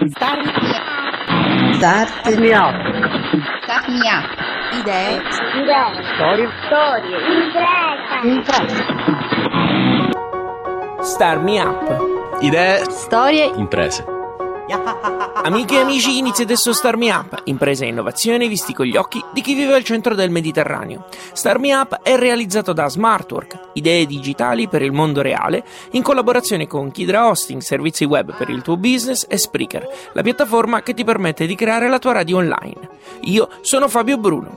Start me up. Idee. Storie. Impresa. Start me up. Idee, Storie. imprese. Amiche e amici, inizia adesso Start Me Up, impresa e innovazione visti con gli occhi di chi vive al centro del Mediterraneo. Start Me Up è realizzato da Smartwork, idee digitali per il mondo reale, in collaborazione con Kidra Hosting, servizi web per il tuo business, e Spreaker, la piattaforma che ti permette di creare la tua radio online. Io sono Fabio Bruno.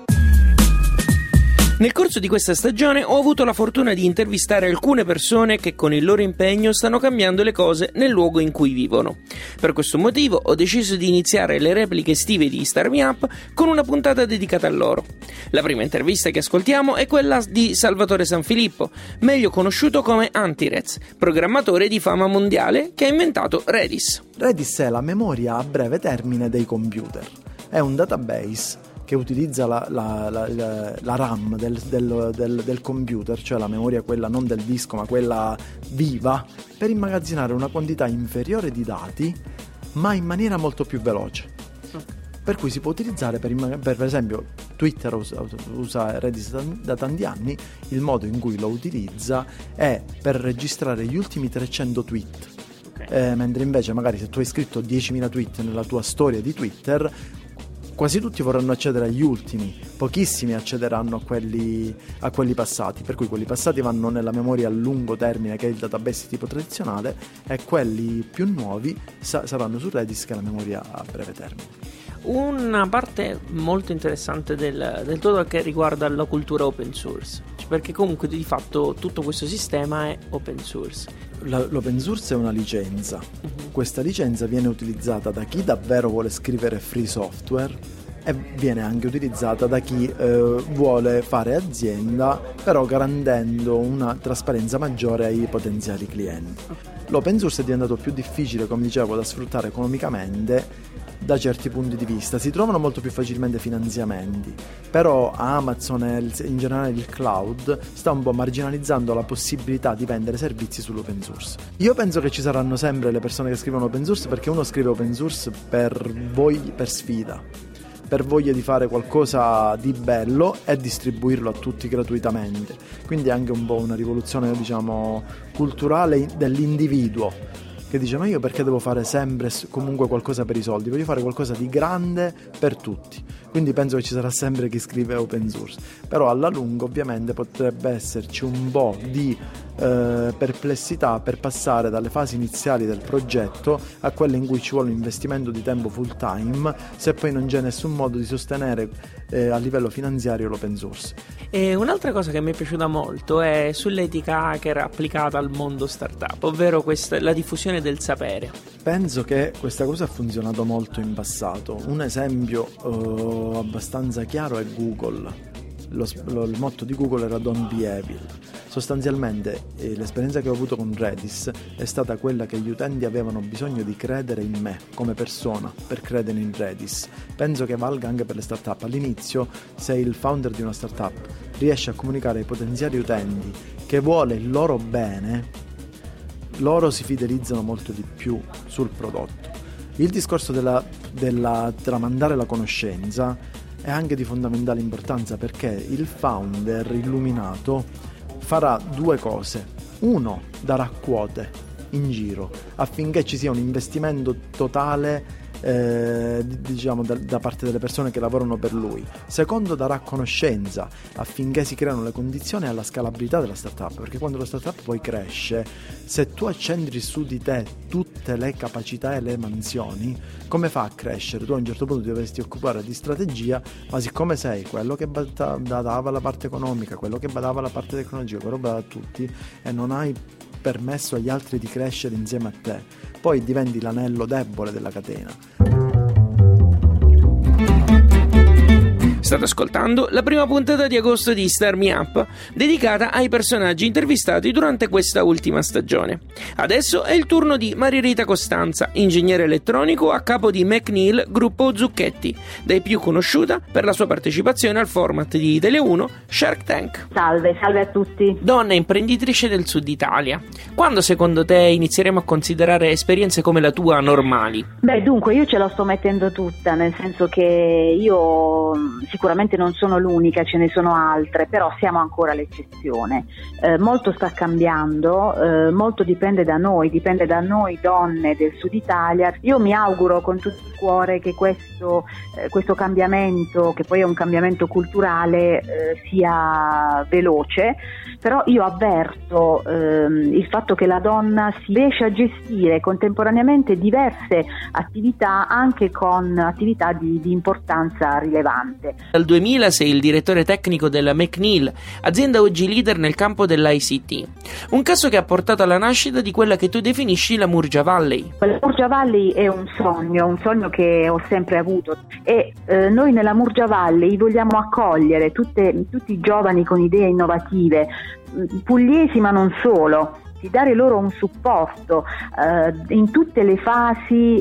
Nel corso di questa stagione ho avuto la fortuna di intervistare alcune persone che con il loro impegno stanno cambiando le cose nel luogo in cui vivono. Per questo motivo ho deciso di iniziare le repliche estive di Start Me Up con una puntata dedicata a loro. La prima intervista che ascoltiamo è quella di Salvatore Sanfilippo, meglio conosciuto come Antirez, programmatore di fama mondiale che ha inventato Redis. Redis è la memoria a breve termine dei computer. È un database che utilizza la RAM del computer, cioè la memoria quella non del disco ma quella viva, per immagazzinare una quantità inferiore di dati ma in maniera molto più veloce. Per cui si può utilizzare per esempio Twitter usa Redis da tanti anni. Il modo in cui lo utilizza è per registrare gli ultimi 300 tweet. Mentre invece magari se tu hai scritto 10.000 tweet nella tua storia di Twitter, quasi tutti vorranno accedere agli ultimi, pochissimi accederanno a quelli passati, per cui quelli passati vanno nella memoria a lungo termine, che è il database tipo tradizionale, e quelli più nuovi saranno su Redis, che è la memoria a breve termine. Una parte molto interessante del tutto che riguarda la cultura open source, perché comunque di fatto tutto questo sistema è open source. L'open source è una licenza. Questa licenza viene utilizzata da chi davvero vuole scrivere free software e viene anche utilizzata da chi vuole fare azienda, però garantendo una trasparenza maggiore ai potenziali clienti. L'open source è diventato più difficile, come dicevo, da sfruttare economicamente da certi punti di vista. Si trovano molto più facilmente finanziamenti, però Amazon e in generale il cloud sta un po' marginalizzando la possibilità di vendere servizi sull'open source. Io penso che ci saranno sempre le persone che scrivono open source perché uno scrive open source per sfida, per voglia di fare qualcosa di bello e distribuirlo a tutti gratuitamente. Quindi è anche un po' una rivoluzione, diciamo, culturale dell'individuo, che dice: ma io perché devo fare sempre comunque qualcosa per i soldi? Voglio fare qualcosa di grande per tutti. Quindi penso che ci sarà sempre chi scrive open source, però alla lunga ovviamente potrebbe esserci un po' di perplessità per passare dalle fasi iniziali del progetto a quelle in cui ci vuole un investimento di tempo full time, se poi non c'è nessun modo di sostenere a livello finanziario l'open source. E un'altra cosa che mi è piaciuta molto è sull'etica hacker applicata al mondo startup, ovvero la diffusione del sapere. Penso che questa cosa ha funzionato molto in passato. Un esempio abbastanza chiaro è Google. Il motto di Google era Don't be evil. Sostanzialmente l'esperienza che ho avuto con Redis è stata quella che gli utenti avevano bisogno di credere in me come persona per credere in Redis. Penso che valga anche per le startup. All'inizio, se il founder di una startup riesce a comunicare ai potenziali utenti che vuole il loro bene, loro si fidelizzano molto di più sul prodotto. Il discorso della tramandare la conoscenza è anche di fondamentale importanza, perché il founder illuminato farà due cose. Uno, darà quote in giro affinché ci sia un investimento totale diciamo da parte delle persone che lavorano per lui. Secondo, darà conoscenza affinché si creano le condizioni alla scalabilità della startup, perché quando la startup poi cresce, se tu accentri su di te tutte le capacità e le mansioni, come fa a crescere? Tu a un certo punto ti dovresti occupare di strategia, ma siccome sei quello che badava la parte economica, quello che badava la parte tecnologica, quello che badava a tutti, e non hai permesso agli altri di crescere insieme a te, poi diventi l'anello debole della catena. State ascoltando la prima puntata di agosto di Start Me Up, dedicata ai personaggi intervistati durante questa ultima stagione. Adesso è il turno di Maria Rita Costanza, ingegnere elettronico a capo di McNeil Gruppo Zucchetti, dai più conosciuta per la sua partecipazione al format di Italia 1 Shark Tank. Salve a tutti. Donna imprenditrice del sud Italia, quando secondo te inizieremo a considerare esperienze come la tua normali? Beh, dunque, io ce la sto mettendo tutta, nel senso che io sicuramente non sono l'unica, ce ne sono altre, però siamo ancora l'eccezione. Molto sta cambiando, molto dipende da noi donne del sud Italia. Io mi auguro con tutto il cuore che questo cambiamento, che poi è un cambiamento culturale, sia veloce, però io avverto il fatto che la donna si riesce a gestire contemporaneamente diverse attività, anche con attività di importanza rilevante. Dal 2000 sei il direttore tecnico della McNeil, azienda oggi leader nel campo dell'ICT. Un caso che ha portato alla nascita di quella che tu definisci la Murgia Valley. La Murgia Valley è un sogno che ho sempre avuto, e noi nella Murgia Valley vogliamo accogliere tutti i giovani con idee innovative, pugliesi ma non solo, di dare loro un supporto in tutte le fasi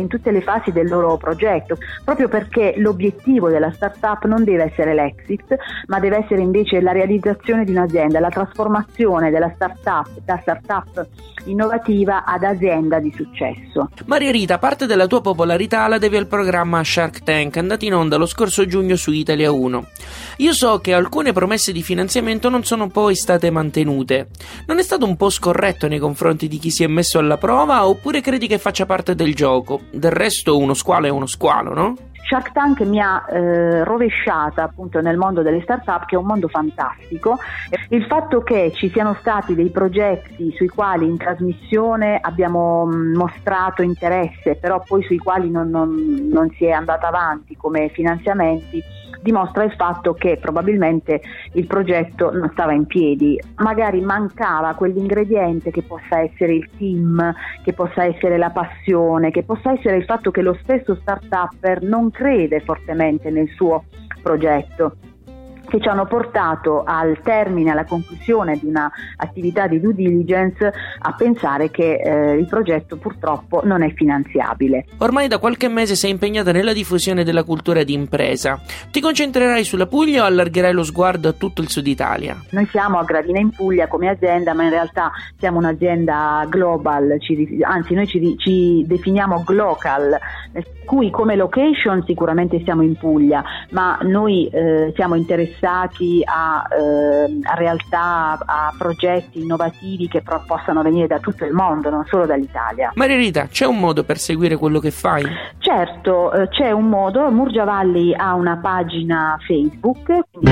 del loro progetto, proprio perché l'obiettivo della startup non deve essere l'exit, ma deve essere invece la realizzazione di un'azienda, la trasformazione della startup da startup innovativa ad azienda di successo. Maria Rita, parte della tua popolarità la devi al programma Shark Tank, andato in onda lo scorso giugno su Italia 1. Io so che alcune promesse di finanziamento non sono poi state mantenute. Non è stato un po' scorretto nei confronti di chi si è messo alla prova, oppure credi che faccia parte del gioco? Del resto uno squalo è uno squalo, no? Shark Tank mi ha rovesciata appunto nel mondo delle start-up, che è un mondo fantastico. Il fatto che ci siano stati dei progetti sui quali in trasmissione abbiamo mostrato interesse, però poi sui quali non si è andata avanti come finanziamenti, dimostra il fatto che probabilmente il progetto non stava in piedi. Magari mancava quell'ingrediente che possa essere il team, che possa essere la passione, che possa essere il fatto che lo stesso start-upper non crede fortemente nel suo progetto, che ci hanno portato al termine, alla conclusione di una attività di due diligence, a pensare che il progetto purtroppo non è finanziabile. Ormai da qualche mese sei impegnata nella diffusione della cultura di impresa. Ti concentrerai sulla Puglia o allargherai lo sguardo a tutto il sud Italia? Noi siamo a Gradina in Puglia come azienda, ma in realtà siamo un'azienda global, anzi noi ci definiamo glocal, per cui come location sicuramente siamo in Puglia, ma noi siamo interessati a realtà, a progetti innovativi che possano venire da tutto il mondo, non solo dall'Italia. Maria Rita, c'è un modo per seguire quello che fai? Certo, c'è un modo. Murgia Valley ha una pagina Facebook.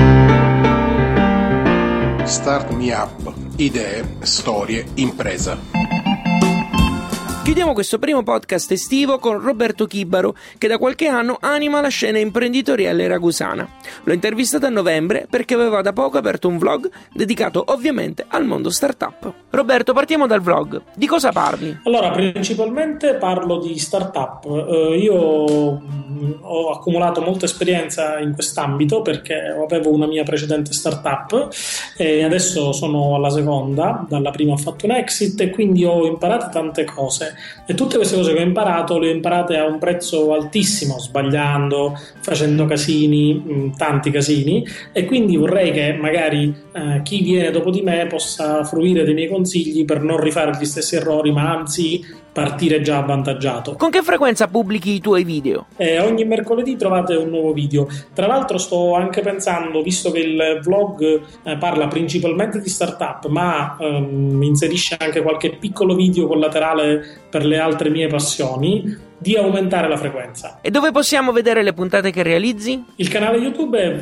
Start Me Up, idee, storie, impresa. Chiudiamo questo primo podcast estivo con Roberto Chibaro, che da qualche anno anima la scena imprenditoriale ragusana. L'ho intervistato a novembre perché aveva da poco aperto un vlog dedicato ovviamente al mondo startup. Roberto, partiamo dal vlog. Di cosa parli? Allora, principalmente parlo di startup. Io ho accumulato molta esperienza in quest'ambito perché avevo una mia precedente startup e adesso sono alla seconda. Dalla prima ho fatto un exit e quindi ho imparato tante cose. E tutte queste cose che ho imparato le ho imparate a un prezzo altissimo, sbagliando, facendo casini, tanti casini, e quindi vorrei che magari chi viene dopo di me possa fruire dei miei consigli per non rifare gli stessi errori, ma anzi partire già avvantaggiato. Con che frequenza pubblichi i tuoi video? Ogni mercoledì trovate un nuovo video. Tra l'altro sto anche pensando, visto che il vlog parla principalmente di startup, ma inserisce anche qualche piccolo video collaterale per le altre mie passioni, di aumentare la frequenza. E dove possiamo vedere le puntate che realizzi? Il canale YouTube è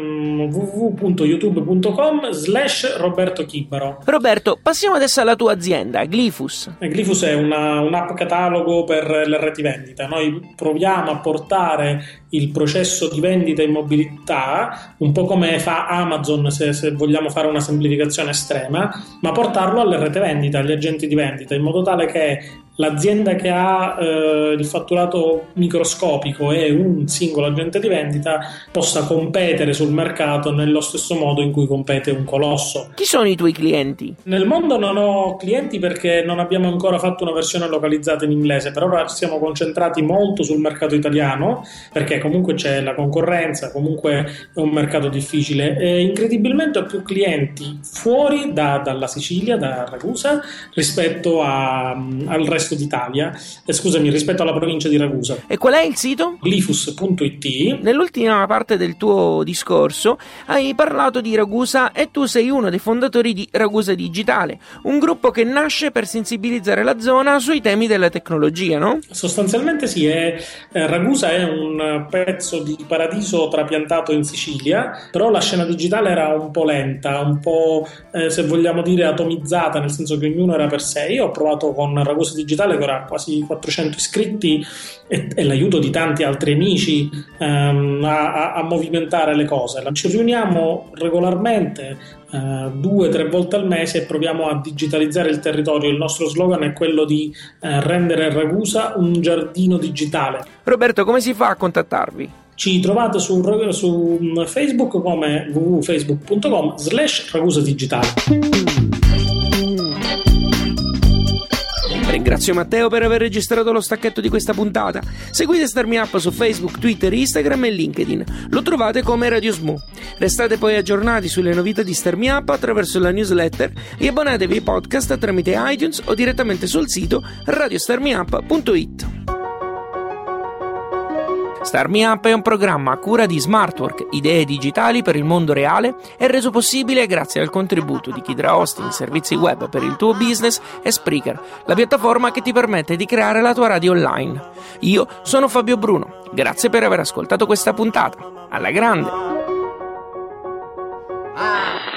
www.youtube.com/Roberto Chibaro. Roberto, passiamo adesso alla tua azienda, Glyphus. Glyphus è un'app catalogo per le reti vendita. Noi proviamo a portare il processo di vendita in mobilità, un po' come fa Amazon se vogliamo fare una semplificazione estrema, ma portarlo alle rete vendita, agli agenti di vendita, in modo tale che l'azienda che ha il fatturato microscopico e un singolo agente di vendita possa competere sul mercato nello stesso modo in cui compete un colosso. Chi sono i tuoi clienti? Nel mondo non ho clienti perché non abbiamo ancora fatto una versione localizzata in inglese, per ora siamo concentrati molto sul mercato italiano perché comunque c'è la concorrenza, comunque è un mercato difficile e incredibilmente ho più clienti fuori dalla Sicilia, da Ragusa, rispetto al resto d'Italia, rispetto alla provincia di Ragusa. E qual è il sito? Glyphus.it. Nell'ultima parte del tuo discorso hai parlato di Ragusa e tu sei uno dei fondatori di Ragusa Digitale, un gruppo che nasce per sensibilizzare la zona sui temi della tecnologia, no? Sostanzialmente sì, Ragusa è un pezzo di paradiso trapiantato in Sicilia, però la scena digitale era un po' lenta, un po' se vogliamo dire atomizzata, nel senso che ognuno era per sé. Io ho provato con Ragusa Digitale che ora ha quasi 400 iscritti e l'aiuto di tanti altri amici a movimentare le cose. Ci riuniamo regolarmente 2-3 volte al mese e proviamo a digitalizzare il territorio. Il nostro slogan è quello di rendere Ragusa un giardino digitale. Roberto, come si fa a contattarvi? Ci trovate su Facebook come www.facebook.com/Ragusa Digitale. Ringrazio Matteo per aver registrato lo stacchetto di questa puntata. Seguite StarMeUp su Facebook, Twitter, Instagram e LinkedIn. Lo trovate come Radio Smo. Restate poi aggiornati sulle novità di StarMeUp attraverso la newsletter e abbonatevi ai podcast tramite iTunes o direttamente sul sito radiostarmeup.it. StarMeUp è un programma a cura di Smartwork, idee digitali per il mondo reale, e reso possibile grazie al contributo di Kidra Hosting, servizi web per il tuo business, e Spreaker, la piattaforma che ti permette di creare la tua radio online. Io sono Fabio Bruno, grazie per aver ascoltato questa puntata. Alla grande!